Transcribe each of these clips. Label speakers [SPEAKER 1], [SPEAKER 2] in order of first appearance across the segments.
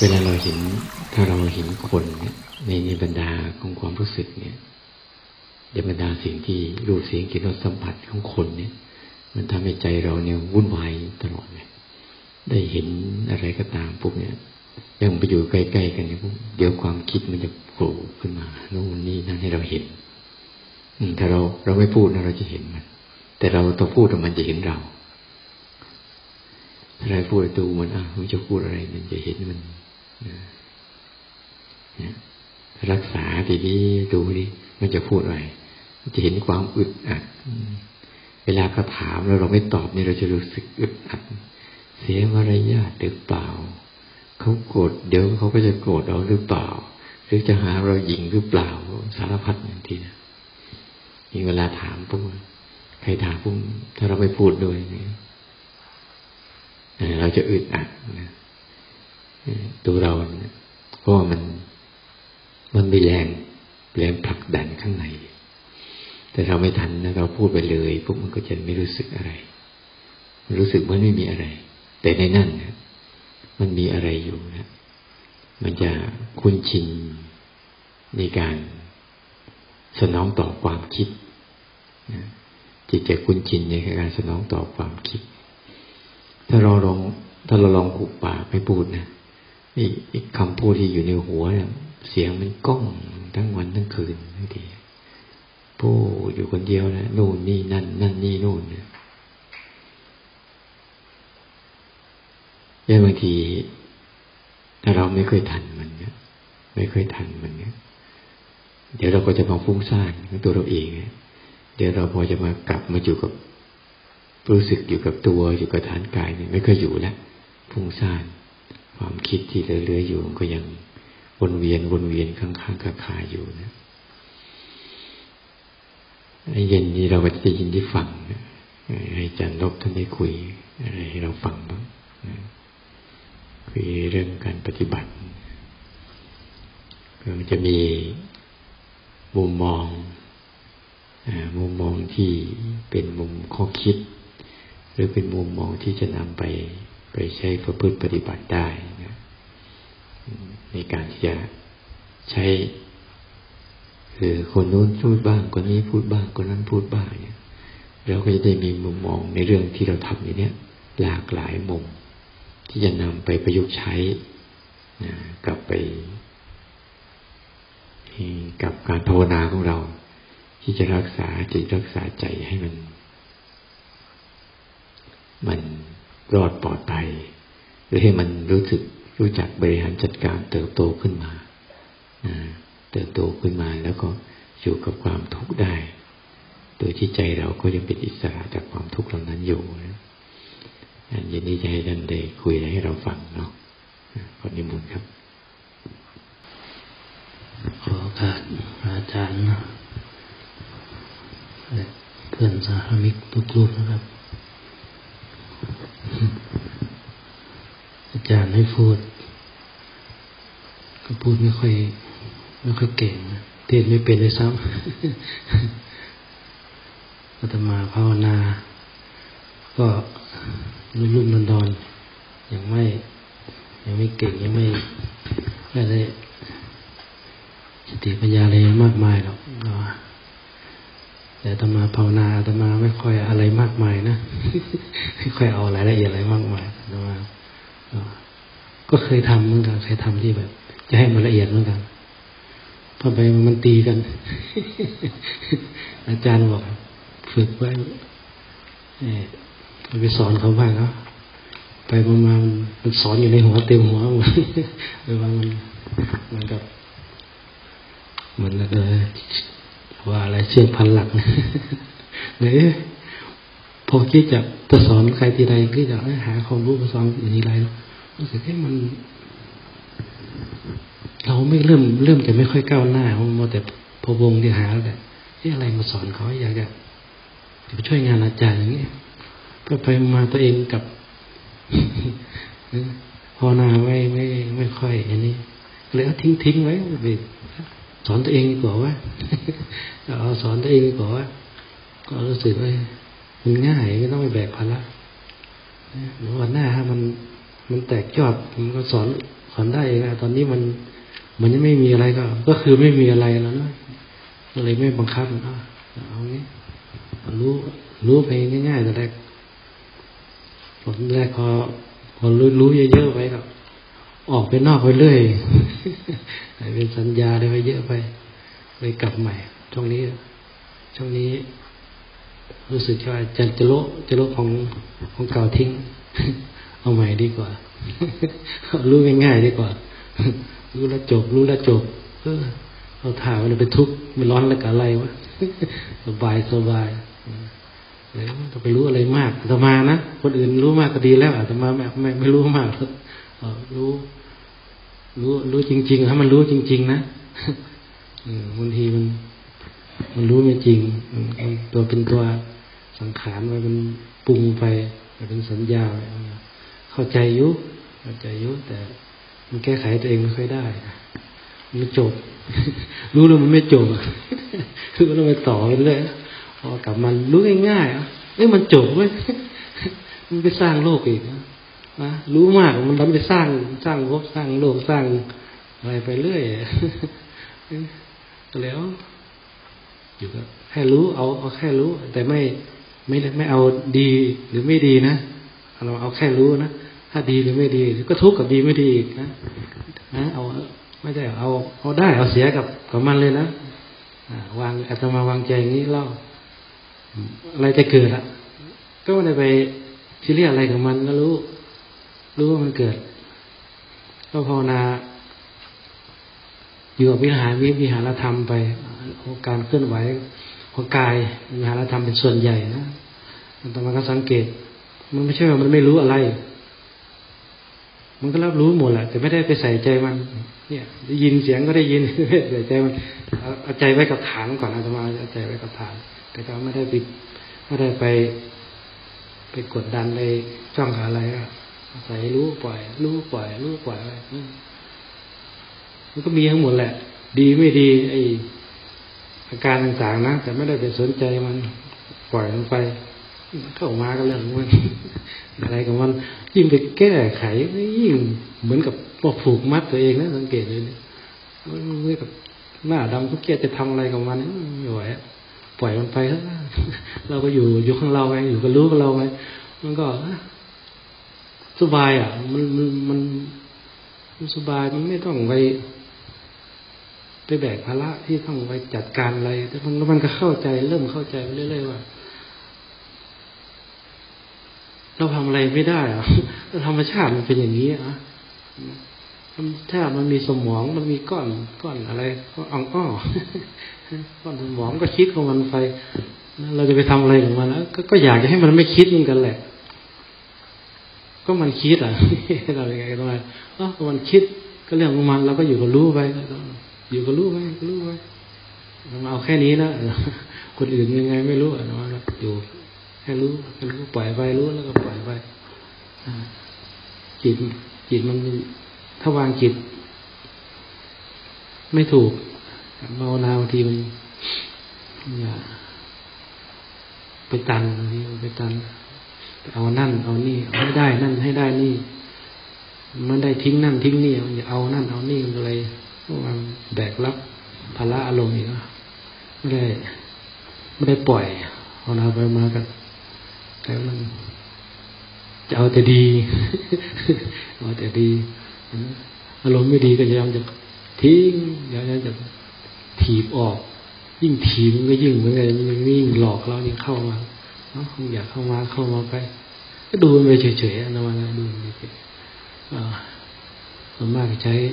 [SPEAKER 1] เวลาเราเห็นถ้าเราเห็นคนเนี่ยในบรรดาของความรู้สึกเนี่ยในบรรดาสิ่งที่รูปเสียงกลิ่นรสสัมผัสของคนเนี่ยมันทำให้ใจเราเนี่ยวุ่นวายตลอดเลยได้เห็นอะไรก็ตามปุ๊บเนี่ยยังไปอยู่ใกล้ๆกันเนี่ยปุ๊บเดี๋ยวความคิดมันจะโผล่ขึ้นมาโน่นนี่นั่นให้เราเห็นถ้าเราไม่พูดนะเราจะเห็นมันแต่เราต้องพูดมันจะเห็นเราถ้าเราพูดดูมันมันจะพูดอะไรมันจะเห็นมันรักษาดีๆดูดิมันจะพูดอะไรมันจะเห็นความอึดอัดเวลาเขาถามแล้วเราไม่ตอบนี่เราจะรู้สึกอึดอัดเสียมารยาทหรือเปล่าเขาโกรธเดี๋ยวเขาก็จะโกรธเราหรือเปล่าหรือจะหาเราหยิ่งหรือเปล่าสารพัดอย่างที่นะมีเวลาถามปุ๊บใครถามปุ๊บถ้าเราไม่พูดด้วยเราจะอึดอัดนะตัวเราเพราะว่ามันมีแรงผลักดันข้างในแต่เราไม่ทันนะเราพูดไปเลยปุ๊บมันก็จะไม่รู้สึกอะไรมันรู้สึกว่าไม่มีอะไรแต่ในนั้นนะมันมีอะไรอยู่นะมันจะคุ้นชินในการสนองต่อความคิดนะจิตจะคุ้นชินในการสนองต่อความคิดถ้าเราลองหุบปากไม่พูดนะอีกคำพูดที่อยู่ในหัวเนี่ยเสียงมันก้องทั้งวันทั้งคืนบางทีพูดอยู่คนเดียวนะนู่นนี่นั่นนี่นู่นเนี่ยบางทีถ้าเราไม่เคยทันมันเนี่ยเดี๋ยวเราก็จะมาฟุ้งซ่านกับตัวเราเองเดี๋ยวเราพอจะมากลับมาอยู่กับรู้สึกอยู่กับตัวอยู่กับฐานกายเนี่ยไม่เคยอยู่แล้วฟุ้งซ่านความคิดที่เลื่อยๆอยู่ก็ยังวนเวียนข้างๆคาๆอยู่นะไอ้เย็นนี้เราก็จะยินที่ฟังให้อาจารย์ลบท่านได้คุยอะไรให้เราฟังบ้างคุยเรื่องการปฏิบัติก็มันจะมีมุมมองที่เป็นมุมข้อคิดหรือเป็นมุมมองที่จะนำไปใช้ประพฤติปฏิบัติได้นะในการที่จะใช้คือคนนู้นพูดบ้างคนนี้พูดบ้างคนนั้นพูดบ้างเนี่ยเราก็จะได้มีมุมมองในเรื่องที่เราทำนี้หลากหลายมุมที่จะนำไปประยุกต์ใช้กับการภาวนาของเราที่จะรักษาจิตรักษาใจให้มันรอดปลอดภัยหรือให้มันรู้จักบริหารจัดการเติบโตขึ้นมาแล้วก็อยู่กับความทุกข์ได้โดยที่ใจเราก็ยังเป็นอิสระจากความทุกข์เหล่านั้นอยู่นะอันนี้จะให้ท่านได้คุยอะไรให้เราฟังเนาะขอนิมนต์ครับ
[SPEAKER 2] ขอโอกาสอาจารย์และเพื่อนสามิกทุกรูปนะครับอาจารย์ให้พูดก็พูดไม่ค่อยเก่งเทศไม่เป็นเลยซ้ำอาตมาภาวนาก็ลุ่มๆดอนๆยังไม่เก่งยังไม่ได้สติปัญญาอะไรมากมายหรอกแต่อาตมาภาวนาอาตมาไม่ค่อยอะไรมากมายนะไม่ค่อยเอารายละเอียดอะไรมากมายอาตมาก็เคยทำเหมือนกันเคยทำที่แบบจะให้มันละเอียดเหมือนกันพอไปมันตีกันอาจารย์บอกฝึกไว้ไปสอนเขาบ้างเนาะไปประมาณมันสอนอยู่ในหัวเต็มหัวไปว่ามันกับเหมือนว่าอะไรเชื่อพันหลักเนี่ยพอคิดจะสอนใครทีไรก็จะหาความรู้มาสอนอย่างนี้ไรรู้สึกให้มันเราไม่เริ่มจะไม่ค่อยก้าวหน้าเพราะแต่พอวงที่หาแล้วแต่อะไรมาสอนเขาอยากจะไปช่วยงานอาจารย์อย่างนี้ก็ไปมาตัวเองกับภาวนาไม่ค่อยอันนี้เลยเอาทิ้งไว้ไปสอนตัวเองดีกว่าว่าเอาสอนตัวเองดีกว่าว่าก็รู้สึกว่ามันง่ายไม่ต้องไปแบกภาระวันหน้ามันแตกยอดมันก็สอนผ่อนได้เองตอนนี้มันยังไม่มีอะไรก็คือไม่มีอะไรแล้วนะก็เลยไม่บังคับเอางี้รู้ไปง่ายๆแต่แรกพอรู้เยอะๆไปก็ออกไปนอกไปเรื่อยเป็นสัญญาได้ไปเยอะไปเลยกลับใหม่ช่วงนี้รู้สึกว่าจะโละของเก่าทิ้งเอาใหม่ดีกว่ารู้ง่ายๆดีกว่ารู้แล้วจบเอาถ่ายมันเป็นทุกข์มันร้อนแล้วกับอะไรวะสบายต้องไปรู้อะไรมากอาตมานะคนอื่นรู้มากก็ดีแล้วอาตมาไม่รู้มากรู้จริงๆถ้ามันรู้จริงๆนะบางทีมันรู้ไม่จริงตัวเป็นตัวสังขารไว้มันปรุงไปเป็นสัญญาเข้าใจยุแต่มันแก้ไขตัวเองไม่ค่อยได้มันจบรู้แล้วมันไม่จบคือมันต้องไปต่อไปเรื่อยพอกลับมันรู้ง่ายๆมันจบเว้ยมันไปสร้างโลกอีกนะรู้มากมันทำไปสร้างภพสร้างโลกสร้างอะไรไปเรื่อยแล้วอยู่ก็แค่รู้เอาแค่รู้แต่ไม่เอาดีหรือไม่ดีนะเราเอาแค่รู้นะถ้าดีหรือไม่ดีก็ทุกข์กับดีไม่ดีอีกนะเอาไม่ได้เอาได้เอาเสียกับมันเลยนะวางอาตมาวางใจอย่างนี้เล่าอะไรจะเกิดก็ไม่ได้ไปซีเรียสอะไรกับมันก็รู้ว่ามันเกิดก็ภาวนาอยู่กับวิหารธรรมไปการเคลื่อนไหวของกายวิหารธรรมเป็นส่วนใหญ่นะอาตมาก็สังเกตมันไม่ใช่ว่ามันไม่รู้อะไรมันก็รับรู้หมดแหละแต่ไม่ได้ไปใส่ใจมันเนี่ยได้ยินเสียงก็ได้ยินใส่ใจมันเอาใจไว้กับฐานก่อนอาตมาเอาใจไว้กับฐานแต่ก็ไม่ได้ไปกดดันในจ้องอะไรใส่รู้ปล่อยอะไรมันก็มีทั้งหมดแหละดีไม่ดีไออาการต่างๆนะแต่ไม่ได้ไปสนใจมันปล่อยมันไปเข้ามาก็เรื่องมันอะไรกับมันยิ่งไปแก้ไขยิ่งเหมือนกับผูกมัดตัวเองนะสังเกตเลยมันเหมือนกับหน้าดำทุกเกียจะทำอะไรกับมันไม่ไหวปล่อยมันไปแล้วเราก็อยู่ข้างเราไงอยู่กับรู้กับเราไงมันก็สบายมันสบายมันไม่ต้องไปแบกภาระที่ต้องไปจัดการอะไรแต่มันก็เข้าใจเริ่มเข้าใจไปเรื่อยๆว่าเราทำอะไรไม่ได้ธรรมชาติมันเป็นอย่างนี้ธรรมชาติมันมีสมองมันมีก้อนอะไรก็อ่องก้อนสมองก็คิดของมันไปเราจะไปทำอะไรของมันแล้วก็อยากจะให้มันไม่คิดเหมือนกันแหละก็มันคิดเราอย่างไงก็ได้มันคิดก็เรื่องของมันเราก็อยู่กับรู้ไปอยู่กับรู้ไปเราเอาแค่นี้นะคนอื่นยังไงไม่รู้นะอยู่แค่รู้ปล่อยไปรู้แล้วก็ปล่อยไปจิตมันถ้าวางจิตไม่ถูกภาวนาบางทีมันไปตันเอานั่นเอานี่เอาให้ได้นั่นให้ได้นี่มันได้ทิ้งนั่นทิ้งนี่มันจะเอานั่นเอานี่อะไรมันแบกรับภาระอารมณ์อีกไม่ได้ปล่อยภาวนาไปมากันแต่มันจะเอาแต่ดีเอาแต่ดีอารมณ์ไม่ดีก็พยายามจะทิ้งพยายามจะถีบออกยิ่งถีบมันก็ยิ่งเหมือนกันมันยิ่งหลอกเรายิ่งเข้ามาอยากเข้ามาไปก็ดูมันไปเฉยๆนะว่าดูมันเฉยส่วนมากใช้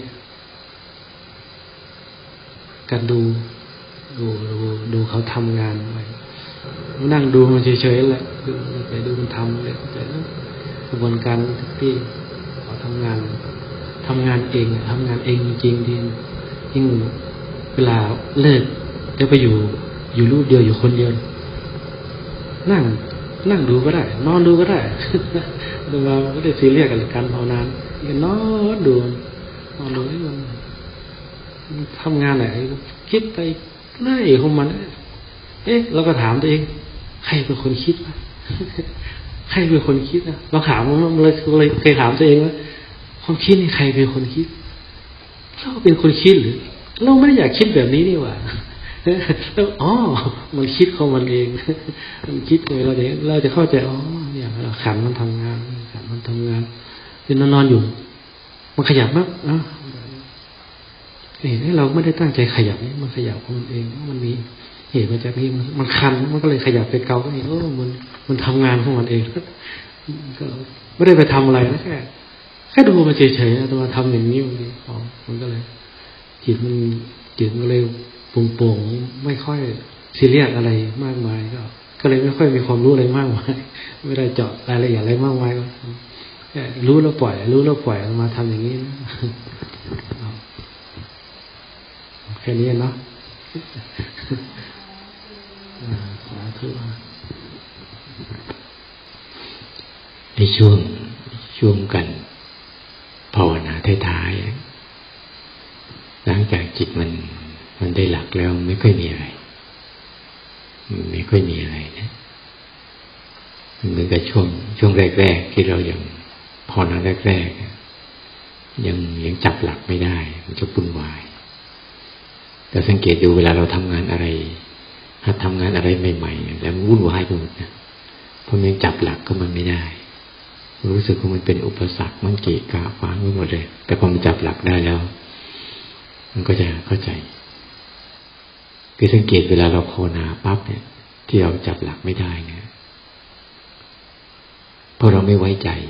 [SPEAKER 2] การดูเขาทำงานไปนั่งดูมันเฉยๆแหละไปดูมันทำเลยแต่กระบวนการที่เขาทำงานเองจริงๆที่ยิ่งเวลาเลิกจะไปอยู่รูปเดียวอยู่คนเดียวนั่งดูก็ได้นอนดูก็ได้ดูมาไม่ได้ซีเรียสกับการภาวนาก็นอนดูให้มันทำงานไหนคิดไปเรื่อยของมันเราก็ถามตัวเองใครเป็นคนคิดวะใครเป็นคนคิดนะเราถามมันเลยเคยถามตัวเองว่าคความคิดนี่ใครเป็นคนคิดเราเป็นคนคิดหรือเราไม่ได้อยากคิดแบบนี้นี่หว่าแล้วมันคิดของมันเองมันคิดเลยเราจะเข้าใจเนี่ยขันมันทำงานขันมันทำงานเป็นนอนอยู่มันขยับมากเห็นให้เราไม่ได้ตั้งใจขยับนี่มันขยับของมันเองมันมีเหตุมาจากนี่มันคันมันก็เลยขยับไปเกาก็เองมันทำงานของมันเองก็ไม่ได้ไปทำอะไรนะแค่ดูมันเฉยๆนะแต่ว่าทำอย่างนี้มันก็เลยจิตมันเลยโป่งๆไม่ค่อยซีเรียสอะไรมากมายก็เลยไม่ค่อยมีความรู้อะไรมากมายไม่ได้เจาะรายละเอียดอะไรมากมายก็รู้แล้วปล่อยมาทำอย่างนี้นะแค่นี้เนาะสาธุ
[SPEAKER 1] ในช่วงกันภาวนาท้ายๆหลังจากจิตมันได้หลักแล้วไม่ค่อยมีอะไรนะเหมือนกับช่วงแรกๆที่เรายังภาวนาแรกๆยังจับหลักไม่ได้มันจะวุ่นวายแต่สังเกตดูเวลาเราทำงานอะไรหัดทำงานอะไรใหม่ๆแล้วมันวุ่นวายไปหมดนะเพราะมันจับหลักก็มันไม่ได้รู้สึกว่ามันเป็นอุปสรรคมันเกะกะขวางไปหมดเลยแต่พอมันจับหลักได้แล้วมันก็จะเข้าใจคือสังเกตเวลาเราภาวนาปั๊บเนี่ยที่เราจับหลักไม่ได้เนี่ยเพราะเราไม่ไว้ใจ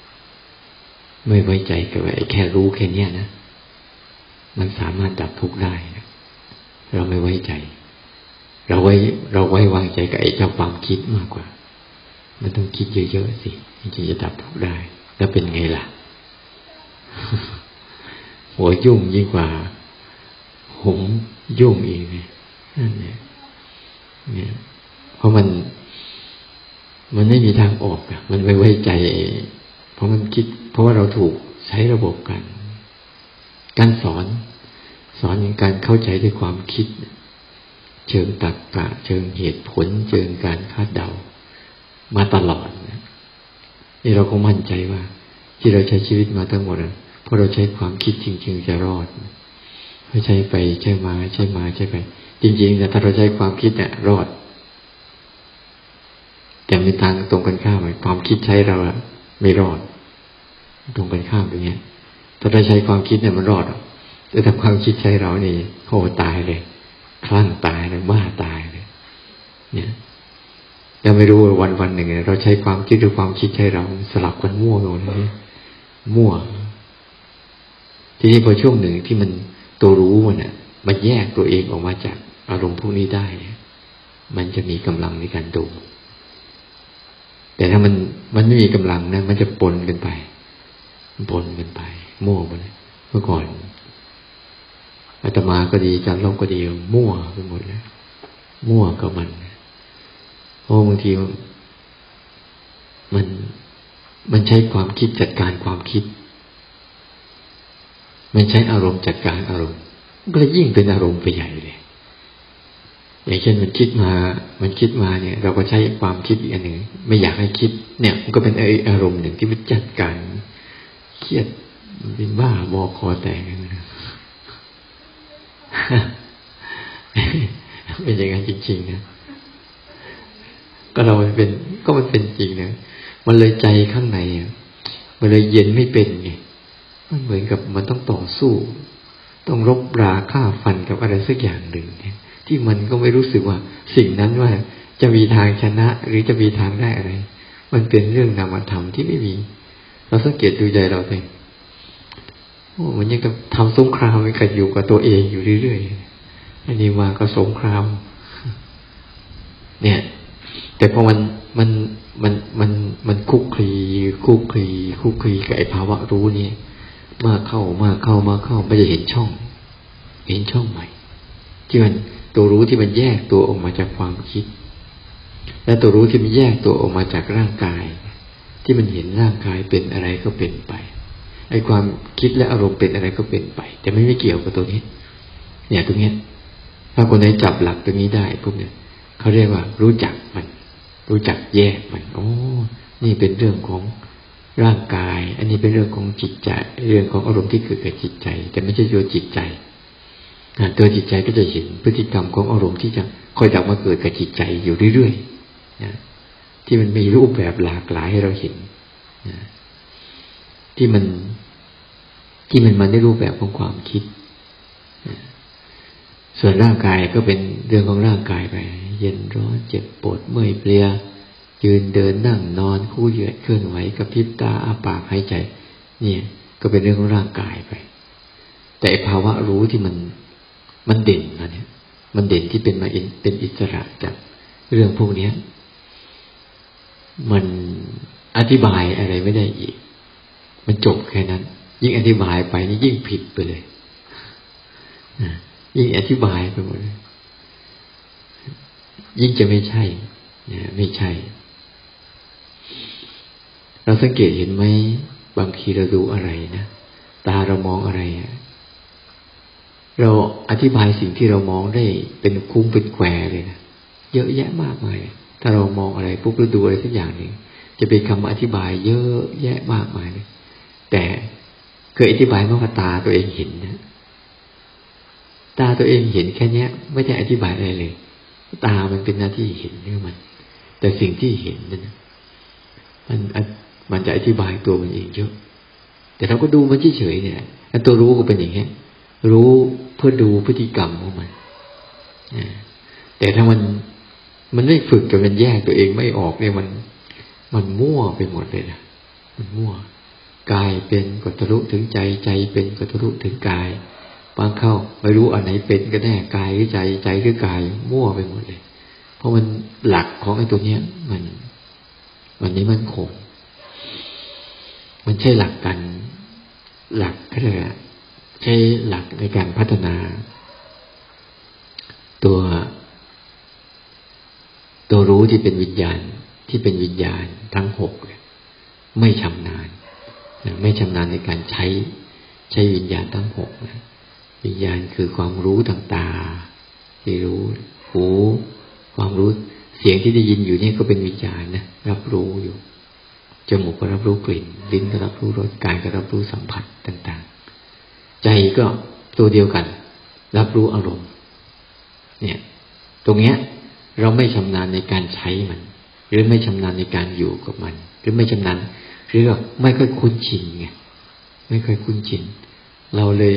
[SPEAKER 1] กับไอ้แค่รู้แค่นี้นะมันสามารถดับทุกข์ได้นะเราไม่ไว้ใจเราไว้วางใจกับไอ้เจ้าความคิดมากกว่ามันต้องคิดเยอะๆสิจริงๆจะดับทุกข์ได้แล้วเป็นไงล่ะ หัวยุ่งยิ่งกว่าหงยุ่งอีกนั่นเนี่ยเพราะมันไม่มีทางออกอะมันไม่ไว้ใจเพราะมันคิดเพราะว่าเราถูกใช้ระบบการสอนอย่างการเข้าใจด้วยความคิดเชิงตรรกะเชิงเหตุผลเชิงการคาดเดามาตลอดนี่เราก็มั่นใจว่าที่เราใช้ชีวิตมาทั้งหมดเพราะเราใช้ความคิดจริงๆจะรอดไม่ใช่ไปใช่มาใช่ไปจริงๆแต่ถ้าเราใช้ความคิดเนี่ยรอดแต่มีทางตรงกันข้ามความคิดใช้เราไม่รอดตรงกันข้ามอย่างเงี้ยถ้าเราใช้ความคิดเนี่ยมันรอดแต่ถ้าความคิดใช้เรานี่โหตายเลยคลั่งตายเลยบ้าตายเลยเนี่ยยังไม่รู้ว่าวันหนึ่งเราใช้ความคิดหรือความคิดใช้เราสลับกันมั่วไปหมดเลยมั่วทีนี้พอช่วงหนึ่งที่มันตัวรู้มันแยกตัวเองออกมาจากอารมณ์พวกนี้ได้มันจะมีกำลังในการดูแต่ถ้ามันไม่มีกำลังนะมันจะปนกันไปมั่วไปเลยเมื่อก่อนอาตมาก็ดีจันทร์ก็ดีมั่วไปหมดเลยมั่วกับมันเพราะบางทีมันใช้ความคิดจัดการความคิดมันใช้อารมณ์จัดการอารมณ์ก็เลยยิ่งเป็นอารมณ์ไปใหญ่เลยอย่างเช่นมันคิดมาเนี่ยเราก็ใช้ความคิดอีกอันหนึ่งไม่อยากให้คิดเนี่ยมันก็เป็นอารมณ์หนึ่งที่มันจัดการเครียดเป็นบ้าบอคอแตกนะเป็นอย่างนั้นจริงๆนะก็มันเป็นจริงนะมันเลยใจข้างในมันเลยเย็นไม่เป็นไงมันเหมือนกับมันต้องต่อสู้ต้องรบราฆ่าฟันกับอะไรสักอย่างหนึ่งเนี่ยที่มันก็ไม่รู้สึกว่าสิ่งนั้นว่าจะมีทางชนะหรือจะมีทางได้อะไรมันเป็นเรื่องนามธรรมที่ไม่มีเราสังเกตดูใจเราเองมันยังกับทำสงครามมันก็อยู่กับตัวเองอยู่เรื่อยๆอันนี้มาก็สงครามเนี่ยแต่พอมันคุกคีกับไอ้ภาวะรู้เนี่ยมากเข้ามันจะเห็นช่องใหม่ที่มันตัวรู้ที่มันแยกตัวออกมาจากความคิดและตัวรู้ที่มันแยกตัวออกมาจากร่างกายที่มันเห็นร่างกายเป็นอะไรก็เป็นไปไอ้ความคิดและอารมณ์เป็นอะไรก็เป็นไปแต่ไม่เกี่ยวกับตัวนี้เนี่ยตรงนี้ถ้าคนไหนจับหลักตรงนี้ได้พวกเนี่ยเขาเรียกว่ารู้จักมันรู้จักแยกมันนี่เป็นเรื่องของร่างกายอันนี้เป็นเรื่องของจิตใจเรื่องของอารมณ์ที่เกิดกับจิตใจแต่ไม่ใช่ตัวจิตใจตัวจิตใจก็จะเห็นพฤติกรรมของอารมณ์ที่จะคอยดักมาเกิดกับจิตใจอยู่เรื่อยๆนะที่มันมีรูปแบบหลากหลายให้เราเห็นนะที่มันมาในรูปแบบของความคิดนะส่วนร่างกายก็เป็นเรื่องของร่างกายไปเย็นร้อนเจ็บปวดเมื่อยเพลียยืนเดินนั่งนอนคู่เหยียดเคลื่อนไหวกระพริบตาอ้าปากหายใจเนี่ยก็เป็นเรื่องของร่างกายไปแต่ภาวะรู้ที่มันเด่นมาเนี่ยมันเด่นที่เป็นมาเป็นอิสระจากเรื่องพวกนี้มันอธิบายอะไรไม่ได้อีกมันจบแค่นั้นยิ่งอธิบายไปนี่ยิ่งผิดไปเลยยิ่งอธิบายไปหมดเลยยิ่งจะไม่ใช่ไม่ใช่เราสังเกตเห็นไหมบางทีเราดูอะไรนะตาเรามองอะไรเราอธิบายสิ่งที่เรามองได้เป็นคุ้มเป็นแควเลยนะเยอะแยะมากมายถ้าเรามองอะไรปุ๊บเราดูอะไรสักอย่างหนึ่งจะเป็นคำอธิบายเยอะแยะมากมายเลยแต่เคยอธิบายว่าตาตัวเองเห็นนะตาตัวเองเห็นแค่นี้ไม่ได้อธิบายอะไรเลยตามันเป็นหน้าที่เห็นเนี่ยมันแต่สิ่งที่เห็นนั้นมันจะอธิบายตัวมันเองเยอะแต่เราก็ดูมันเฉยๆเนี่ยตัวรู้ก็เป็นอย่างนี้รู้เพื่อดูพฤติกรรมของมันแต่ถ้ามันไม่ฝึกจนมันแยกตัวเองไม่ออกเนี่ยมันมั่วไปหมดเลยนะมันมั่วกายเป็นก็ทะลุถึงใจใจเป็นก็ทะลุถึงกายบางเข้าไม่รู้อันไหนเป็นก็แน่กายหรือใจใจหรือกายมั่วไปหมดเลยเพราะมันหลักของไอ้ตัวเนี้ยมันนี้มันคงมันใช่หลักกันหลักก็เลยใช้หลักในการพัฒนาตัวรู้ที่เป็นวิญญาณทั้งหกไม่ชำนาญในการใช้วิญญาณทั้งหกวิญญาณคือความรู้ทางตาที่รู้หูความรู้เสียงที่ได้ยินอยู่นี่ก็เป็นวิญญาณนะรับรู้อยู่จมูกก็รับรู้กลิ่นลิ้นก็รับรู้รสกายก็รับรู้สัมผัสต่างๆใจก็ตัวเดียวกันรับรู้อารมณ์เนี่ยตรงเนี้ยเราไม่ชำนาญในการใช้มันหรือไม่ชำนาญในการอยู่กับมันหรือไม่ชำนาญหรือไม่ค่อยคุ้นชินไงไม่ค่อยคุ้นชินเราเลย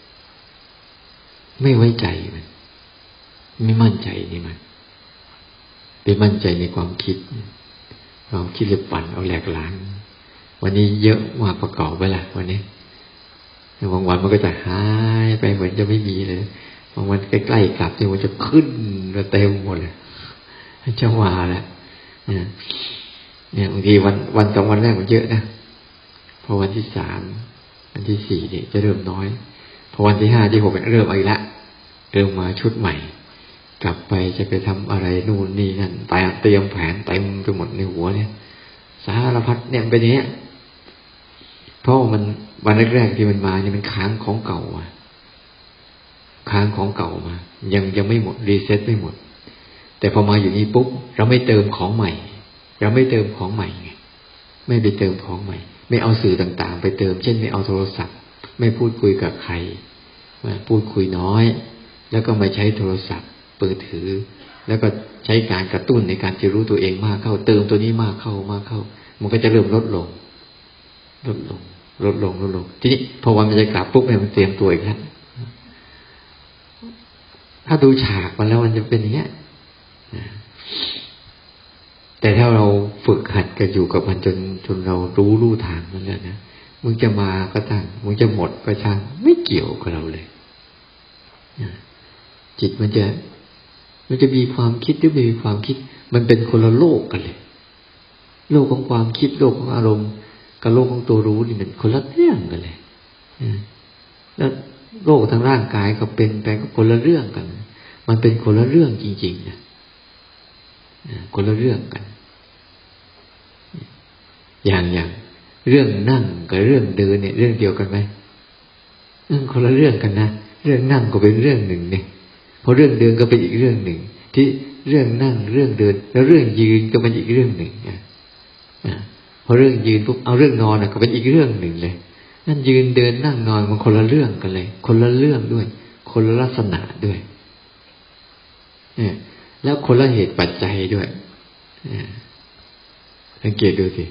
[SPEAKER 1] ไม่ไว้ใจมันไม่มั่นใจในมันไปมั่นใจในความคิดเลยปั่นเอาแหลกหลานวันนี้เยอะมากประกอบไปละวันนี้บางวันมันก็จะหายไปเหมือนจะไม่มีเลยบางวันใกล้ๆกลับที่มันจะขึ้นมาเต็มหมดเลยจะว่าแล้วเนี่ยบางทีวันสองวันแรกมันเยอะนะพอวันที่สามวันที่สี่เนี่ยจะเริ่มน้อยพอวันที่ห้าที่หกเริ่มอีกละเริ่มมาชุดใหม่กลับไปจะไปทำอะไรนู่นนี่นั่นเตรียมแผนเต็มไปหมดในหัวเนี่ยสารพัดเนี่ยเป็นอย่างนี้เพราะมันวันแรกๆที่มันมาเนี่ยมันค้างของเก่ามายังไม่หมดรีเซ็ตไม่หมดแต่พอมาอยู่นี้ปุ๊บเราไม่เติมของใหม่ไงไม่ไปเติมของใหม่ไม่เอาสื่อต่างๆไปเติมเช่นไม่เอาโทรศัพท์ไม่พูดคุยกับใครพูดคุยน้อยแล้วก็ไม่ใช้โทรศัพท์มือถือแล้วก็ใช้การกระตุ้นในการจะรู้ตัวเองมากเข้าเติมตัวนี้มากเข้ามันก็จะเริ่มลดลงทีนี้พอวันมันจะกลับปุ๊บเนี่ยมันเตรียมตัวอีกแล้วถ้าดูฉากมันแล้วมันจะเป็นอย่างเงี้ยแต่ถ้าเราฝึกหัดกันอยู่กับมันจนเรารู้ทางมันแล้วนะมึงจะมาก็ช่างมึงจะหมดก็ช่างไม่เกี่ยวกับเราเลยจิตมันจะมีความคิดหรือไม่มีความคิดมันเป็นคนละโลกกันเลยโลกของความคิดโลกของอารมณ์กับโลกของตัวรู้นี่มันคนละเรื่องกันเลยแล้วโลกทางร่างกายก็เป็นไปก็คนละเรื่องกันมันเป็นคนละเรื่องจริงๆนะคนละเรื่องกันอย่างเรื่องนั่งกับเรื่องเดินเนี่ยเรื่องเดียวกันไหมคนละเรื่องกันนะเรื่องนั่งก็เป็นเรื่องหนึ่งเนี่ยพอเรื่องเดินก็เป็นอีกเรื่องหนึ่งที่เรื่องนั่งเรื่องเดินแล้วเรื่องยืนก็เป็นอีกเรื่องหนึ่งพอเรื่องยืนปุ๊บเอาเรื่องนอนก็เป็นอีกเรื่องหนึ่งเลยนั่นยืนเดินนั่งนอนมันคนละเรื่องกันเลยคนละเรื่องด้วยคนละลักษณะด้วยแล้วคนละเหตุปัจจัยด้วยสังเกตดูสิ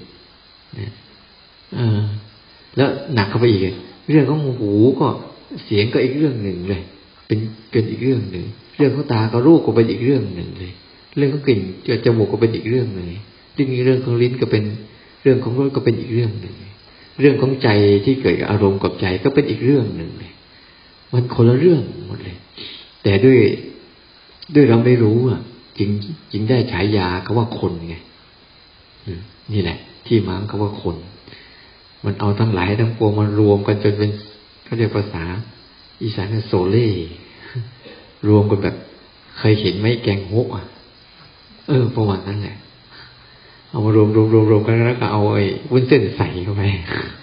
[SPEAKER 1] แล้วหนักเข้าไปอีกเรื่องของหูก็เสียงก็อีกเรื่องหนึ่งเลยเป็นอีกเรื่องหนึ่งเรื่องของตาก็รูปก็เป็นอีกเรื่องหนึ่งเลยเรื่องของกลิ่นจมูกก็เป็นอีกเรื่องหนึ่งเรื่องของลิ้นก็เป็นเรื่องของรสก็เป็นอีกเรื่องหนึ่งเรื่องของใจที่เกิดกับอารมณ์กับใจก็เป็นอีกเรื่องหนึ่งเลยมันคนละเรื่องหมดเลยแต่ด้วยเราไม่รู้จึงได้ฉายาเขาว่าคนไงนี่แหละที่มาเขาว่าคนมันเอาทั้งหลายทั้งปวงมันรวมกันจนเป็นเขาเรียกภาษาอีสานโซเล่รวมกันแบบเคยเห็นไหมแกงโฮะประมาณนั้นแหละเอามารวมกันแล้วก็เอาไอ้วุ้นเส้นใส่เข้าไป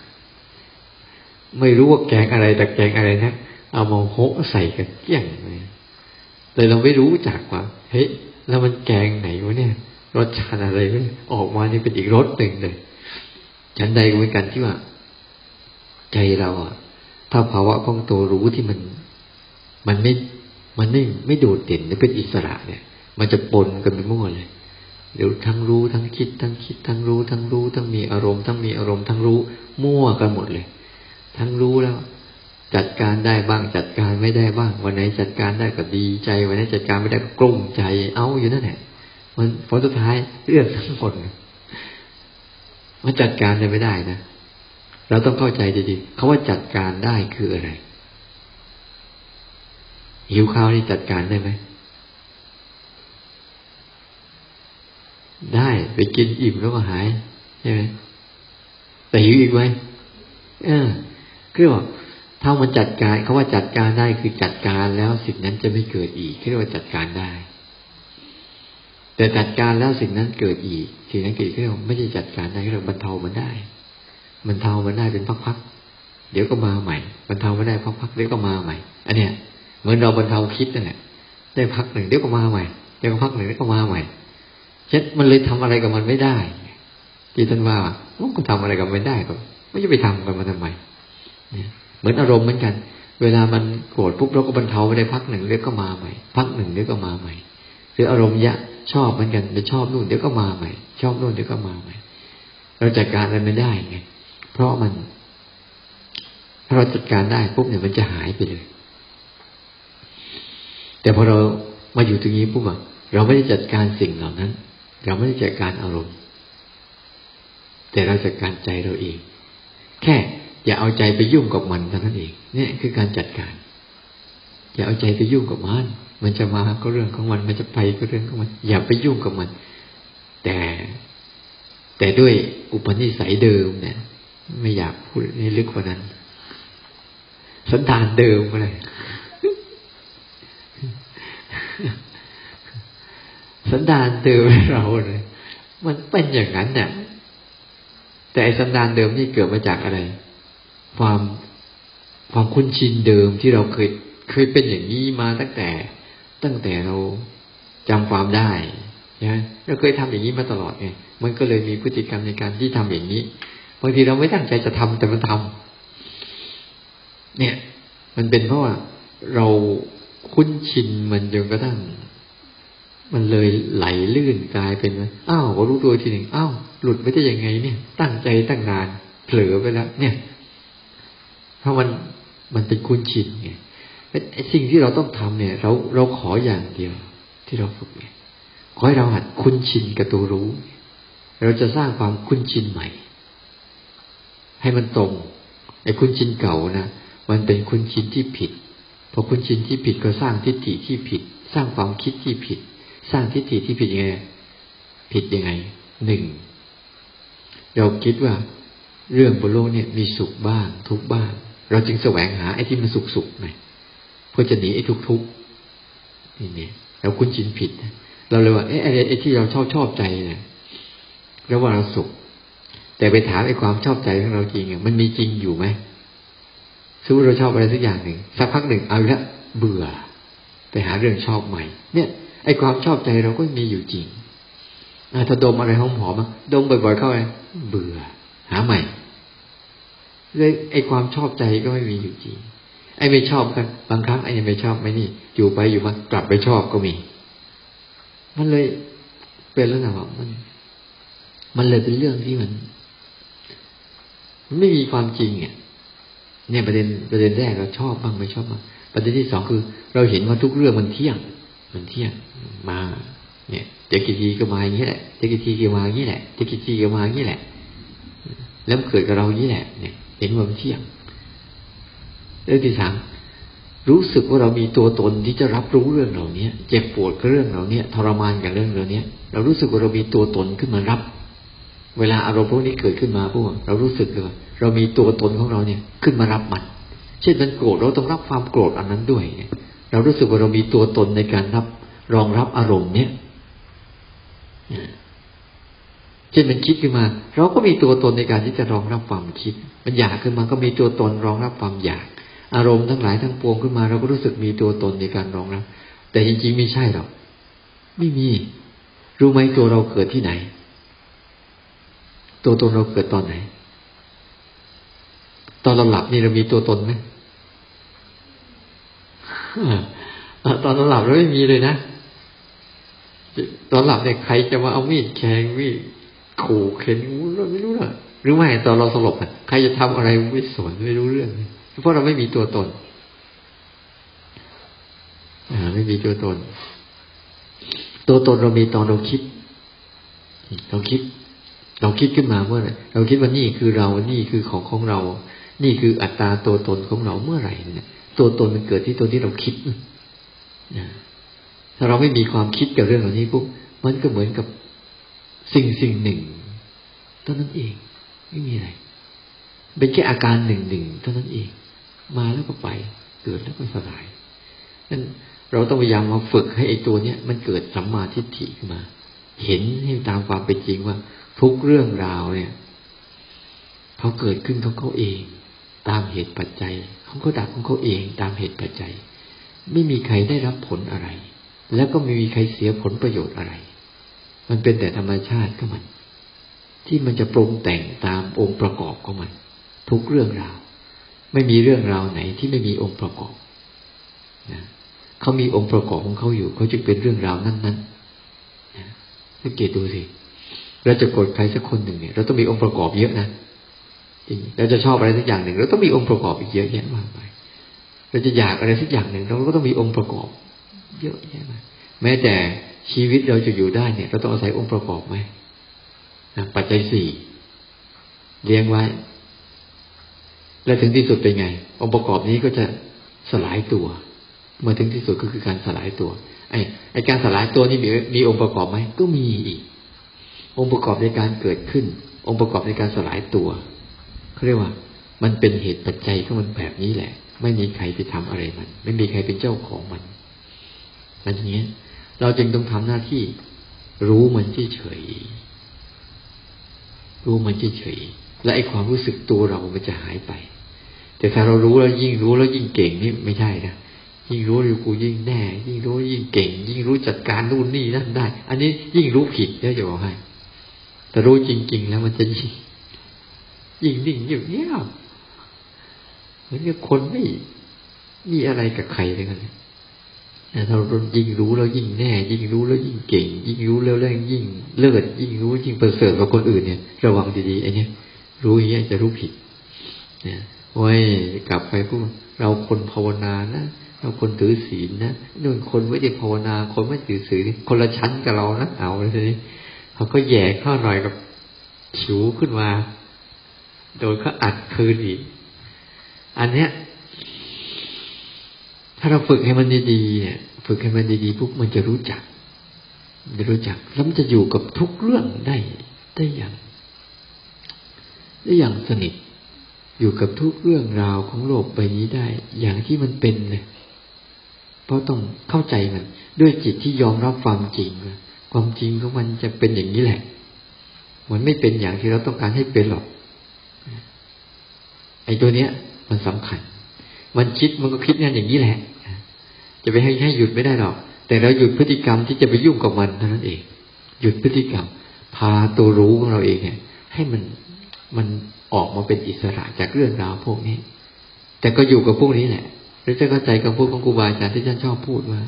[SPEAKER 1] ไม่รู้ว่าแกงอะไรแต่แกงอะไรนะเอามาโฮะใส่กันเกี้ยงเลยแต่เราไม่รู้จักว่าเฮ้ยแล้วมันแกงไหนวะเนี่ยรสชาติอะไรวะออกมานี่เป็นอีกรสหนึ่งเลยฉันใดเหมือนกันที่ว่าใจเราถ้าภาวะของตัวรู้ที่มันไม่โดดเด่นเป็นอิสระเนี่ยมันจะปนกันไปมั่วเลยเดี๋ยวทั้งรู้ทั้งคิดทั้งรู้ทั้งมีอารมณ์ทั้งมีอารมณ์ทั้งรู้มั่วกันหมดเลยทั้งรู้แล้วจัดการได้บ้างจัดการไม่ได้บ้างวันไหนจัดการได้ก็ดีใจวันไหนจัดการไม่ได้ก็กลุ้มใจเอาอยู่นั่นแหละมันผลสุดท้ายเรื่องทั้งหมดมันจัดการไม่ได้นะเราต้องเข้าใจดีๆเขาว่าจัดการได้คืออะไรหิวข้าวนี่จัดการได้ไหมได้ไปกินอิ่มแล้วก็หายใช่ไหมแต่หิวอีกไหมคือว่าถ้ามันจัดการเขาว่าจัดการได้คือจัดการแล้วสิ่งนั้นจะไม่เกิดอีกเรียกว่าจัดการได้แต่จัดการแล้วสิ่งนั้นเกิดอีกสิ่งนั้นเกิดขึ้นไม่ใช่จัดการได้เราบรรเทามันได้บรรเทามันได้เป็นพักๆเดี๋ยวก็มาใหม่บรรเทาไม่ได้พักๆเดี๋ยวก็มาใหม่อันเนี้ยเหมือนเราบรรเทาคิดนั่นแหละได้พักหนึ่งเดี๋ยวก็มาใหม่เดี๋ยวก็พักหนึ่งเดี๋ยวก็มาใหม่เช่นมันเลยทำอะไรกับมันไม่ได้ที่ท่านว่ามันก็ทำอะไรกับมันไม่ได้ก็ไม่จะไปทำกับมันทำไมเหมือนอารมณ์เหมือนกันเวลามันโกรธปุ๊บเราก็บรรเทาไปได้พักหนึ่งเดี๋ยวก็มาใหม่พักหนึ่งเดี๋ยวก็มาใหม่หรืออารมณ์ชอบเหมือนกันไปชอบนู่นเดี๋ยวก็มาใหม่ชอบนู่นเดี๋ยวก็มาใหม่เราจัดการอะไรไม่ได้ไงเพราะมันถ้าเราจัดการได้ปุ๊บเนี่ยมันจะหายไปเลยแต่พอเรามาอยู่ตรงนี้ปุ๊บเราไม่ได้จัดการสิ่งเหล่านั้นเราไม่ได้จัดการอารมณ์แต่เราจัดการใจเราเองแค่อย่าเอาใจไปยุ่งกับมันเท่านั้นเองเนี่ยคือการจัดการอย่าเอาใจไปยุ่งกับมันจะมาก็เรื่องของมันจะไปก็เรื่องของมันอย่าไปยุ่งกับมันแต่ด้วยอุปนิสัยเดิมเนี่ยไม่อยากพูดให้ลึกกว่านั้นสันดานเดิมอะไรสันดานเดิมเราเลยมันเป็นอย่างนั้นเนี่ยแต่ไอ้สันดานเดิมนี่เกิดมาจากอะไรความคุ้นชินเดิมที่เราเคยเป็นอย่างนี้มาตั้งแต่เราจำความได้นะเราเคยทำอย่างนี้มาตลอดไงมันก็เลยมีพฤติกรรมในการที่ทำอย่างนี้บางทีเราไม่ตั้งใจจะทำแต่มันทำเนี่ยมันเป็นเพราะว่าเราคุ้นชินมันจนกระทั่งมันเลยไหลลื่นกลายเป็นอ้าวพอรู้ตัวทีหนึ่งอ้าวหลุดไปได้ยังไงเนี่ยตั้งใจตั้งนานเผลอไปแล้วเนี่ยเพราะมันเป็นคุ้นชินไงไอ้สิ่งที่เราต้องทำเนี่ยเราขออย่างเดียวที่เราฝึกเนี่ยขอให้เราหัดคุ้นชินกับตัวรู้เราจะสร้างความคุ้นชินใหม่ให้มันตรงไอ้คุ้นชินเก่านะมันเป็นคุ้นชินที่ผิดพอคุ้นชินที่ผิดก็สร้างทิฏฐิที่ผิดสร้างความคิดที่ผิดสร้างทิฏฐิที่ผิดยังไงผิดยังไงหนึ่งเราคิดว่าเรื่องบนโลกเนี่ยมีสุขบ้างทุกข์บ้างเราจึงแสวงหาไอ้ที่มันสุขๆหน่อยเพื่อจะหนีไอ้ทุกข์นี่เนี่ยเราคุ้นชินผิดเราเลยว่าไอ้ที่เราชอบใจเนี่ยแล้วว่าเราสุขแต่ไปถามไอ้ความชอบใจของเราจริงมันมีจริงอยู่ไหมสมมติเราชอบอะไรสักอย่างหนึ่งสักพักหนึ่งเอาละเบื่อไปหาเรื่องชอบใหม่เนี่ยไอ้ความชอบใจเราก็มีอยู่จริงถ้าดมอะไรหอมๆดมบ่อยๆเข้าไปเบื่อหาใหม่เลยไอ้ความชอบใจก็ไม่มีอยู่จริงไอ้ไม่ชอบกันบางครั้งไอ้ยังไม่ชอบไม่นี่อยู่ไปอยู่มากลับไปชอบก็มีมันเลยเป็นแล้วนะว่ามันเลยเป็นเรื่องที่มันไม่มีความจริงเนี่ยประเด็นแรกเราชอบบ้างไม่ชอบบ้างประเด็นที่สองคือเราเห็นว่าทุกเรื่องมันเที่ยงมาเนี่ยจะกี่ทีก็มาอย่างนี้แหละจะกี่ทีก็มาอย่างนี้แหละจะกี่ทีก็มาอย่างนี้แหละแล้วเกิดกับเราอย่างนี้แหละเนี่ยเห็นว่ามันเที่ยงเรื่องที่สามรู้สึกว่าเรามีตัวตนที่จะรับรู้เรื่องเหล่านี้เจ็บปวดกับเรื่องเหล่านี้ทรมานกับเรื่องเหล่านี้เรารู้สึกว่าเรามีตัวตนขึ้นมารับเวลาอารมณ์พวกนี้เกิดขึ้นมาพวกเรารู้สึกเลยว่าเรามีตัวตนของเราเนี่ยขึ้นมารับมันเช่นมันโกรธเราต้องรับความโกรธอันนั้นด้วยเนี่ยเรารู้สึกว่าเรามีตัวตนในการรองรับอารมณ์เนี่ยเช่นมันคิดขึ้นมาเราก็มีตัวตนในการที่จะรองรับความคิดมันอยากขึ้นมาก็มีตัวตนรองรับความอยากอารมณ์ทั้งหลายทั้งปวงขึ้นมาเราก็รู้สึกมีตัวตนในการรองรับแต่จริงๆไม่ใช่หรอกไม่มีรู้ไหมตัวเราเกิดที่ไหนตัวตนเราเกิดตอนไหนตอนเราหลับนี่เรามีตัวตนไหมตอนเราหลับเราไม่มีเลยนะตอนหลับเนี่ยใครจะมาเอามีดแทงมีดขู่เข็นเราไม่รู้หรอกหรือไม่ตอนเราสลบใครจะทำอะไรไม่สนไม่รู้เรื่องเพราะเราไม่มีตัวตนไม่มีตัวตนเรามีตอนเราคิดขึ้นมาเมื่อไหร่เราคิดว่านี่คือเรานี่คือของเรานี่คืออัตตาตัวตนของเราเมื่อไหร่เนี่ยตัวตนมันเกิดที่ตัวที่เราคิดถ้าเราไม่มีความคิดกับเรื่องเหล่านี้ปุ๊บมันก็เหมือนกับสิ่งหนึ่งเท่านั้นเองไม่มีอะไรเป็นแค่อาการหนึ่งเท่านั้นเองมาแล้วก็ไปเกิดแล้วก็สลายนั้นเราต้องพยายามมาฝึกให้ไอ้ตัวเนี้ยมันเกิดสัมมาทิฏฐิขึ้นมาเห็นให้ตามความเป็นจริงว่าทุกเรื่องราวเนี่ยเขาเกิดขึ้นของเขาเองตามเหตุปัจจัยเขาก็ดับของเขาเองตามเหตุปัจจัยไม่มีใครได้รับผลอะไรแล้วก็ไม่มีใครเสียผลประโยชน์อะไรมันเป็นแต่ธรรมชาติของมันที่มันจะปรุงแต่งตามองค์ประกอบของมันทุกเรื่องราวไม่มีเรื่องราวไหนที่ไม่มีองค์ประกอบนะเขามีองค์ประกอบของเขาอยู่เขาจึงเป็นเรื่องราวนั้นๆนะสังเกตดูสิเราจะโกรธใครสักคนหนึ่งเนี่ยเราต้องมีองค์ประกอบเยอะนะเราจะชอบอะไรสักอย่างหนึ่งเราต้องมีองค์ประกอบอีกเยอะแยะมากมายเราจะอยากอะไรสักอย่างหนึ่งเราก็ต้องมีองค์ประกอบเยอะแยะมากแม้แต่ชีวิตเราจะอยู่ได้เนี่ยเราต้องอาศัยองค์ประกอบไหมปัจจัยสี่เลี้ยงไว้และถึงที่สุดเป็นไงองค์ประกอบนี้ก็จะสลายตัวเมื่อถึงที่สุดก็คือการสลายตัวไอ้การสลายตัวนี่มีองค์ประกอบไหมก็มีอีกองค์ประกอบในการเกิดขึ้นองค์ประกอบในการสลายตัวเขาเรียกว่ามันเป็นเหตุปัจจัยของมันแบบนี้แหละไม่มีใครไปทำอะไรมันไม่มีใครเป็นเจ้าของมันนั่นอย่างนี้เราจึงต้องทำหน้าที่รู้มันเฉยๆและไอ้ความรู้สึกตัวเรามันจะหายไปแต่ถ้าเรารู้แล้วยิ่งเก่งนี่ไม่ใช่นะยิ่งรู้อยู่กูยิ่งแน่ยิ่งรู้ยิ่งเก่งยิ่งรู้จัดการนู่นนี่นั่นได้อันนี้ยิ่งรู้ผิดเนี่ยจะบอกให้แต่รู้จริงๆแล้วมันจะยิ่งนิ่งอยู่เงียบเหมือนกับคนไม่มีอะไรกับใครเลยกันแต่ถ้าเรายิ่งรู้แล้วยิ่งแน่ยิ่งรู้แล้วยิ่งเก่งยิ่งรู้แล้วยิ่งเลิศยิ่งรู้ยิ่งประเสริฐกว่าคนอื่นเนี่ยระวังดีๆไอ้เนี่ยรู้อย่างนี้จะรู้ผิดเนี่ยโอ้ยกลับไปพูดเราคนภาวนานะเราคนถือศีลนะนู่นคนไม่ได้ภาวนาคนไม่ถือศีลคนละชั้นกับเรานะเอาเลยทีนี้เขาก็แย่เข้าหน่อยกับฉิวขึ้นมาโดนเขาอัดคืนอีกอันเนี้ยถ้าเราฝึกให้มันดีๆเนี่ยฝึกให้มันดีๆปุ๊บมันจะรู้จักแล้วมันจะอยู่กับทุกเรื่องได้อย่างสนิทอยู่กับทุกเรื่องราวของโลกใบนี้ได้อย่างที่มันเป็นเลยเพราะต้องเข้าใจมันด้วยจิตที่ยอมรับความจริงความจริงของมันจะเป็นอย่างนี้แหละมันไม่เป็นอย่างที่เราต้องการให้เป็นหรอกไอ้ตัวเนี้ยมันสำคัญมันคิดมันก็คิดงั้นอย่างนี้แหละจะไปให้หยุดไม่ได้หรอกแต่เราหยุดพฤติกรรมที่จะไปยุ่งกับมันเท่านั้นเองหยุดพฤติกรรมพาตัวรู้ของเราเองเนี่ยให้มันออกมาเป็นอิสระจากเรื่องราวพวกนี้แต่ก็อยู่กับพวกนี้แหละหรือจะเข้าใจกับพวกของครูบาอาจารย์ที่ท่านชอบพูดว่า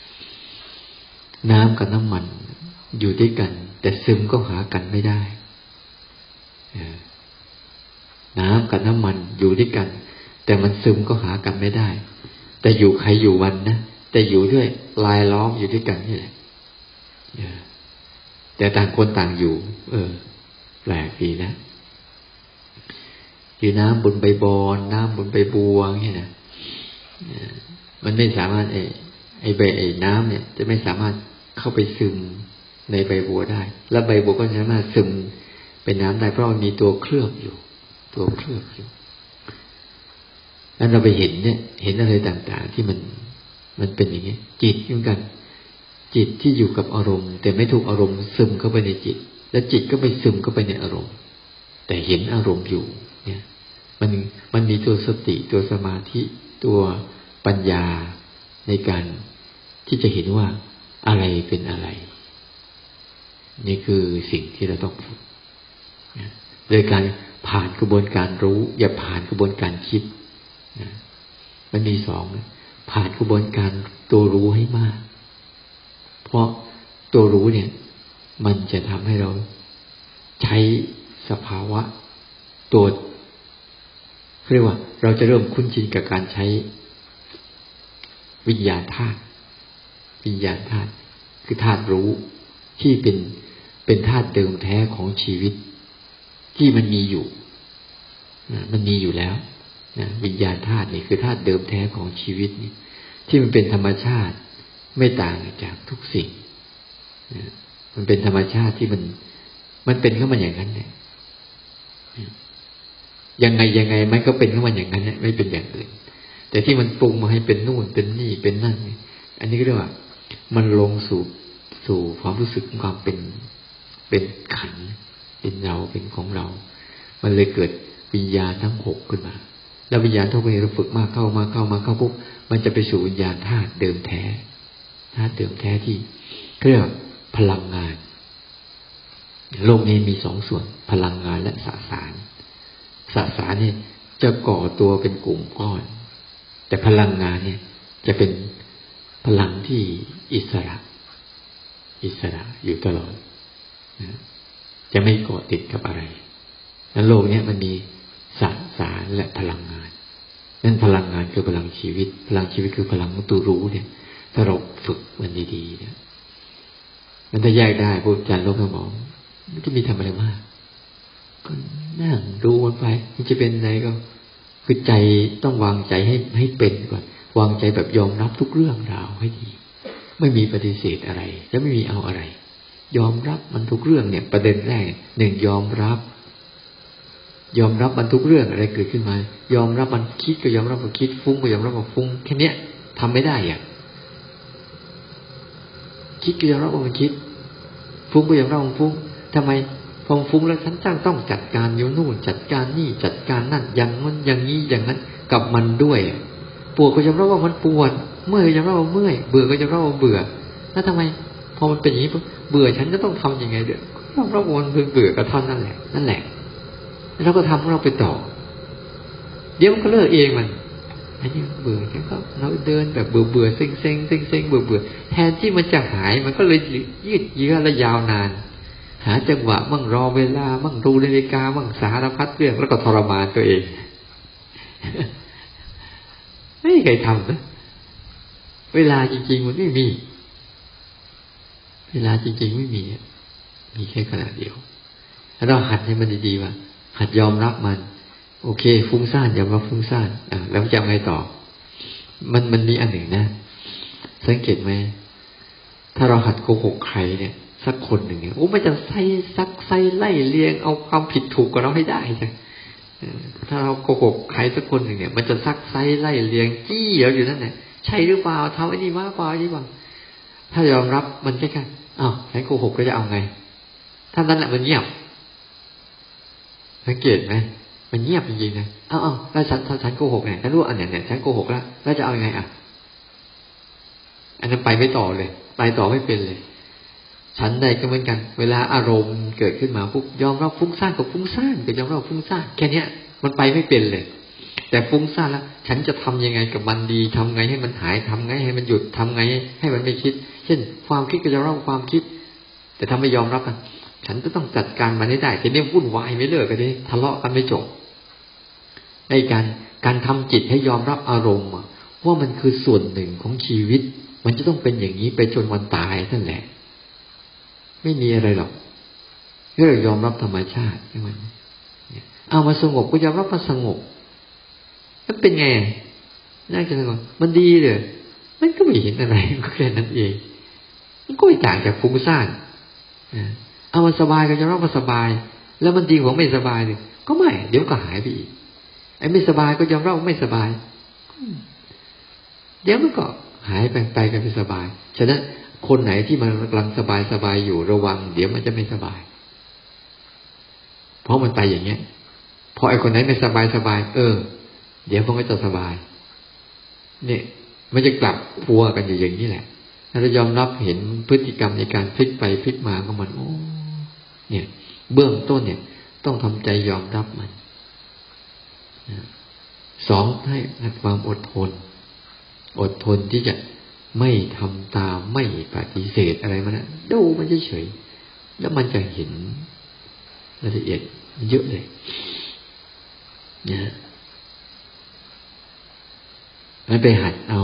[SPEAKER 1] น้ำกับน้ำมันอยู่ด้วยกันแต่ซึมก็หากันไม่ได้น้ำกับน้ำมันอยู่ด้วยกันแต่มันซึมก็หากันไม่ได้แต่อยู่ใครอยู่มันนะแต่อยู่ด้วยลายล้อมอยู่ด้วยกันนี่แหละแต่ต่างคนต่างอยู่แปลกดีนะคือน้ำบนใบบอนน้ำบนใบบัวอย่างนี้นะมันไม่สามารถไอ้น้ำเนี่ยจะไม่สามารถเข้าไปซึมในใบบัวได้แล้วใบบัวก็สามารถซึมเป็นน้ำได้เพราะมันมีตัวเคลือบอยู่นั้นเราไปเห็นเนี่ยเห็นอะไรต่างๆที่มันเป็นอย่างนี้จิตเหมือนกันจิตที่อยู่กับอารมณ์แต่ไม่ถูกอารมณ์ซึมเข้าไปในจิตและจิตก็ไม่ซึมเข้าไปในอารมณ์แต่เห็นอารมณ์อยู่เนี่ยมันมีตัวสติตัวสมาธิตัวปัญญาในการที่จะเห็นว่าอะไรเป็นอะไรนี่คือสิ่งที่เราต้องฝึกโดยการผ่านกระบวนการรู้อย่าผ่านกระบวนการคิดมันมีสองผ่านกระบวนการตัวรู้ให้มากเพราะตัวรู้เนี่ยมันจะทำให้เราใช้สภาวะตัวเรียกว่าเราจะเริ่มคุ้นชินกับการใช้วิญญาณธาตุคือธาตุรู้ที่เป็นธาตุเดิมแท้ของชีวิตที่มันมีอยู่มันมีอยู่แล้ววิญญาณธาตุนี่คือธาตุเดิมแท้ของชีวิตนี่ที่มันเป็นธรรมชาติไม่ต่างจากทุกสิ่งมันเป็นธรรมชาติที่มันเป็นเข้ามาอย่างนั้นเนี่ยยังไงมันก็เป็นเข้ามาอย่างนั้นเนี่ยไม่เป็นอย่างอื่นแต่ที่มันปรุงมาให้เป็นนู่นเป็นนี่เป็นนั่นอันนี้ก็เรียกว่ามันลงสู่ความรู้สึกความเป็นขันธ์เป็นเราเป็นของเรามันเลยเกิดวิญญาณทั้ง6ขึ้นมาแล้ววิญญาณทั้ง6เราฝึกมากเข้าปุ๊บมันจะไปสู่วิญญาณธาตุเดิมแท้ที่เรียกว่าพลังงานโลกนี้มี2ส่วนพลังงานและสสารเนี่ยจะก่อตัวเป็นกลุ่มก้อนแต่พลังงานเนี่ยจะเป็นพลังที่อิสระอยู่ตลอดจะไม่เกาะติดกับอะไรนั้นโลกนี้มันมีสสารและพลังงานนั่นพลังงานคือพลังชีวิตคือพลังของตัวรู้เนี่ยถ้าเราฝึกมันดีๆเนี่ยมันจะแยกได้พวกอาจารย์โลกสมองมันจะมีทำอะไรมากก็นั่งดูมันไปมันจะเป็นอะไรก็คือใจต้องวางใจให้เป็นก่อนวางใจแบบยอมรับทุกเรื่องราวให้ดีไม่มีปฏิเสธอะไรและไม่มีเอาอะไรยอมรับมันทุกเรื่องเนี่ยประเด็นแรก1ยอมรับมันทุกเรื่องอะไรเกิดขึ้นมายอมรับมันคิดก็ยอมรับมันคิดฟุ้งก็ยอมรับมันฟุ้งแค่เนี้ยทำไม่ได้อ่ะคิดก็ยอมรับว่ามันคิดฟุ้งก็ยอมรับมันฟุ้งทำไมพอฟุ้งแล้วฉันต้องจัดการอยู่นู่นจัดการนี่จัดการนั่นอย่างนั้นอย่างนี้อย่างนั้นกับมันด้วยปวดก็ยอมรับว่ามันปวดเมื่อยก็ยอมรับว่าเมื่อยเบื่อก็ยอมรับว่าเบื่อแล้วทำไมพอมันเป็นอย่างนี้เบื่อฉันจะต้องทำยังไงเดี๋ยวยอมรับว่ามันเบื่อก็เท่านั้นแหละแล้วก็ทำของเราไปต่อเดี๋ยวมันก็เลิกเองมันอันนี้เบื่อแล้วก็เราเดินแบบเบื่อเซ็งเบื่อแทนที่มันจะหายมันก็เลยยืดเยื้อและยาวนานหาจังหวะมั่งรอเวลามั่งดูนาฬิกามั่งสารพัดเรื่องแล้วก็ทรมานตัวเองไม่เคยทำนะเวลาจริงๆมันไม่มีเวลาจริงๆไม่มีแค่ขณะเดียวเราหัดให้มันดีๆว่าหัดยอมรับมันโอเคฟุ้งซ่านยอมรับฟุ้งซ่านแล้วจะไงต่อมันมีอันหนึ่งนะสังเกตไหมถ้าเราหัดโกหกใครเนี่ยสักคนหนึ่งเนี่ยมันจะไล่เลียงเอาความผิดถูกกับเราให้ได้ใช่ถ้าเราโกหกใครสักคนหนึ่งเนี่ยมันจะไล่เลียงจี้เราอยู่นั่นแหละใช่หรือเปล่าทำไอ้นี่มากกว่าไอ้นี่บ้างถ้ายอมรับมันแค่ฉันโกหกก็จะเอาไงถ้านั้นแหละมันเงียบสังเกตไหมมันเงียบจริงๆนะแล้วฉันโกหกเนี่ยฉันรู้อันเนี่ยฉันโกหกแล้วจะเอายังไงอันนั้นไปไม่ต่อเลยไปต่อไม่เป็นเลยฉันใดก็เหมือนกันเวลาอารมณ์เกิดขึ้นมาปุ๊บยอมรับฟุ้งซ่านกับฟุ้งซ่านก็ยอมรับฟุ้งซ่านแค่เนี้ยมันไปไม่เป็นเลยแต่ฟุ้งซ่านแล้วฉันจะทำยังไงกับมันดีทำไงให้มันหายทำไงให้มันหยุดทำไงให้มันไม่คิดเช่นความคิดก็ยอมรับความคิดแต่ถ้าไม่ยอมรับกันฉันจะต้องจัดการมันให้ได้ทีนี้วุ่นวายไม่เลิกกันเลยทะเลาะกันไม่จบในการทำจิตให้ยอมรับอารมณ์ว่ามันคือส่วนหนึ่งของชีวิตมันจะต้องเป็นอย่างนี้ไปจนวันตายนั่นแหละไม่มีอะไรหรอกก็ยอมรับธรรมชาติใช่ไหมเอามาสงบก็ยอมรับมาสงบแล้วเป็นไงน่าจะสงบมันดีเลยมันก็ไม่เห็นอะไรก็แค่นั้นเองมันก็ไม่ต่างจากฟุ้งซ่านเอามันสบายก็ยอมรับมาสบายแล้วมันดีกว่าไม่สบายเลยก็ไม่เดี๋ยวก็หายไปอีกไอ้ไม่สบายก็ยอมรับว่าไม่สบายเดี๋ยวมันก็หายไปกันเป็นสบายฉะนั้นคนไหนที่มันกำลังสบายอยู่ระวังเดี๋ยวมันจะไม่สบายเพราะมันไปอย่างเงี้ยพอไอ้คนไหนไม่สบายเดี๋ยวมันก็จะสบายเนี่ยมันจะกลับพัวกันอยู่อย่างนี้แหละถ้าเรายอมรับเห็นพฤติกรรมในการพลิกไปพลิกมาของมันโอ้เนี่ยเบื้องต้นเนี่ยต้องทำใจยอมรับมันสองให้ความอดทนที่จะไม่ทำตามไม่ปฏิเสธอะไรมันนะดูมันเฉยๆแล้วมันจะเห็นรายละเอียดเยอะเลยนะมันไปหัดเอา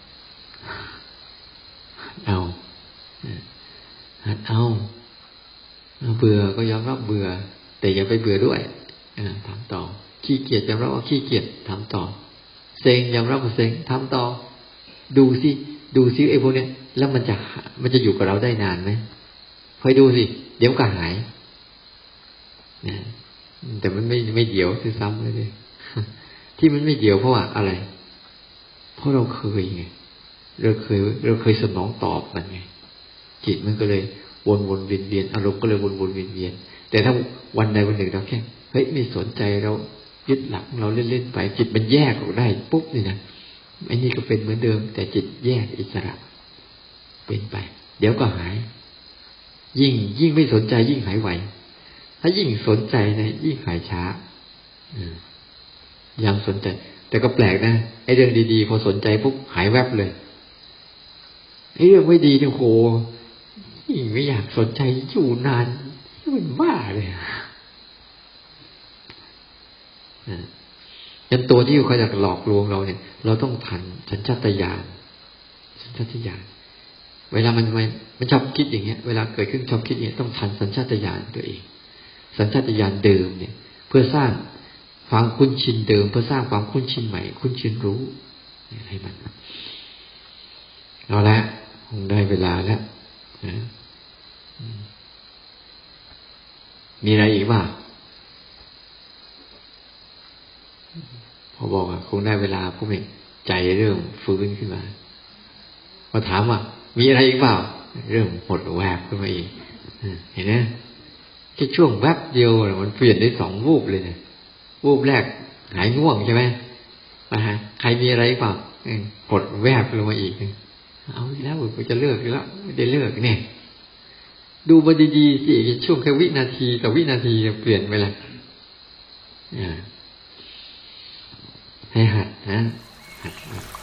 [SPEAKER 1] เบื่อก็ยอมรับเบื่อแต่อย่าไปเบื่อด้วยทำต่อขี้เกียจยอมรับว่าขี้เกียจทำต่อเซ็งยอมรับว่าเซ็งทำต่อดูซิไอ้พวกเนี้ยแล้วมันจะอยู่กับเราได้นานไหมคอยดูสิเดี๋ยวก็หายนะแต่มันไม่เดี๋ยวคือซ้ำเลยที่มันไม่เดี๋ยวเพราะว่าอะไรเพราะเราเคยไงเราเคยสนองตอบมันไงจิตมันก็เลยวนเวียนอารมณ์ก็เลยวนเวียนแต่ถ้าวันใดวันหนึ่งเราแค่เฮ้ยไม่สนใจเรายึดหลักเราเล่นไปจิตมันแยกออกได้ปุ๊บนี่นะไอ้นี่ก็เป็นเหมือนเดิมแต่จิตแยกอิสระเป็นไปเดี๋ยวก็หายยิ่งไม่สนใจยิ่งหายไวถ้ายิ่งสนใจนะยิ่งหายช้ายังสนใจแต่ก็แปลกนะไอ้เรื่องดีๆพอสนใจปุ๊บหายแวบเลยไอ้เรื่องไม่ดีเนี่ยโหยิ่งไม่อยากสนใจอยู่นานมันบ้าเลยยันตัวที่เขาอยากหลอกลวงเราเนี่ยเราต้องทันสัญชาตญาณเวลามันชอบคิดอย่างเงี้ยเวลาเกิดขึ้นชอบคิดอย่างเงี้ยต้องทันสัญชาตญาณตัวเองสัญชาตญาณเดิมเนี่ยเพื่อสร้างความคุ้นชินเดิมเพื่อสร้างความคุ้นชินใหม่คุ้นชินรู้ให้มันเอาละคงได้เวลาแล้วนะมีอะไรอีกบ้างพอบอกคงได้เวลาพวกนี้ใจเริ่มฟื้นขึ้นมาพอถามว่ามีอะไรอีกเปล่าเริ่มหดแวบขึ้นมาอีกเห็นไหมแค่ช่วงแวบเดียวมันเปลี่ยนได้2 วูบเลยนะวูบแรกหายง่วงใช่ไหมใครมีอะไรเปล่าหดแวบลงมาอีกเอาแล้วกูจะเลิกแล้วไม่ได้เลิกเนี่ยดูมาดีๆสิช่วงแค่วินาทีต่อวินาทีเปลี่ยนไปเลยให้หัดนะหัด